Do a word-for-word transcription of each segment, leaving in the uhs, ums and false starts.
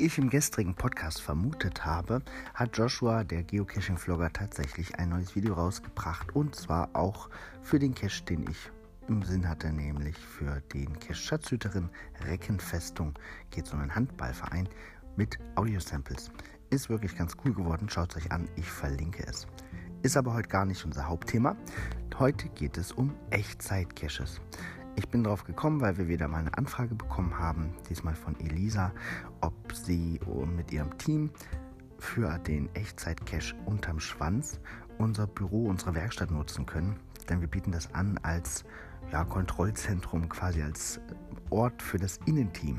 Wie ich im gestrigen Podcast vermutet habe, hat Joshua, der Geocaching-Vlogger, tatsächlich ein neues Video rausgebracht. Und zwar auch für den Cache, den ich im Sinn hatte, nämlich für den Cache Schatzhüterin Reckenfestung. Geht es um einen Handballverein mit Audio-Samples. Ist wirklich ganz cool geworden, schaut es euch an, ich verlinke es. Ist aber heute gar nicht unser Hauptthema. Heute geht es um Echtzeit-Caches. Ich bin drauf gekommen, weil wir wieder mal eine Anfrage bekommen haben, diesmal von Elisa, ob sie mit ihrem Team für den Echtzeit-Cache unterm Schwanz unser Büro, unsere Werkstatt nutzen können. Denn wir bieten das an als ja, Kontrollzentrum, quasi als Ort für das Innenteam.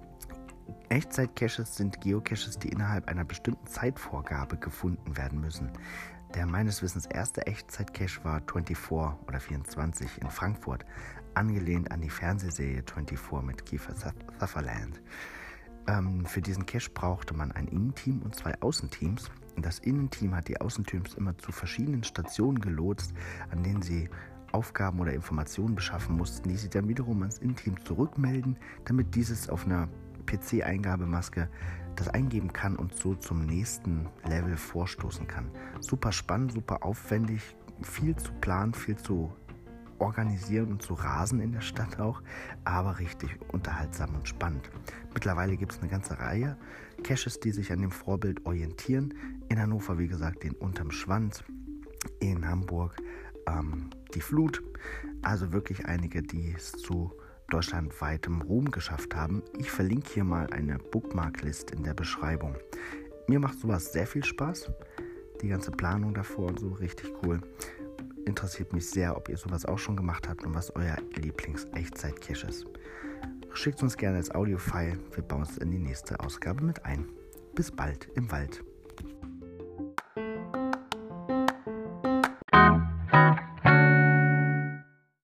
Echtzeit-Caches sind Geocaches, die innerhalb einer bestimmten Zeitvorgabe gefunden werden müssen. Der meines Wissens erste Echtzeit-Cache war vierundzwanzig oder vierundzwanzig in Frankfurt, angelehnt an die Fernsehserie vierundzwanzig mit Kiefer Sutherland. Ähm, für diesen Cache brauchte man ein Innenteam und zwei Außenteams. Das Innenteam hat die Außenteams immer zu verschiedenen Stationen gelotst, an denen sie Aufgaben oder Informationen beschaffen mussten, die sie dann wiederum ans Innenteam zurückmelden, damit dieses auf einer P C-Eingabemaske das eingeben kann und so zum nächsten Level vorstoßen kann. Super spannend, super aufwendig, viel zu planen, viel zu organisieren und zu rasen in der Stadt auch, aber richtig unterhaltsam und spannend. Mittlerweile gibt es eine ganze Reihe Caches, die sich an dem Vorbild orientieren. In Hannover, wie gesagt, den Unterm Schwanz, in Hamburg ähm, die Flut, also wirklich einige, die es zu deutschlandweitem Ruhm geschafft haben. Ich verlinke hier mal eine Bookmark-List in der Beschreibung. Mir macht sowas sehr viel Spaß. Die ganze Planung davor und so, richtig cool. Interessiert mich sehr, ob ihr sowas auch schon gemacht habt und was euer Lieblings-Echtzeit-Cache ist. Schickt uns gerne als Audio-File. Wir bauen es in die nächste Ausgabe mit ein. Bis bald im Wald.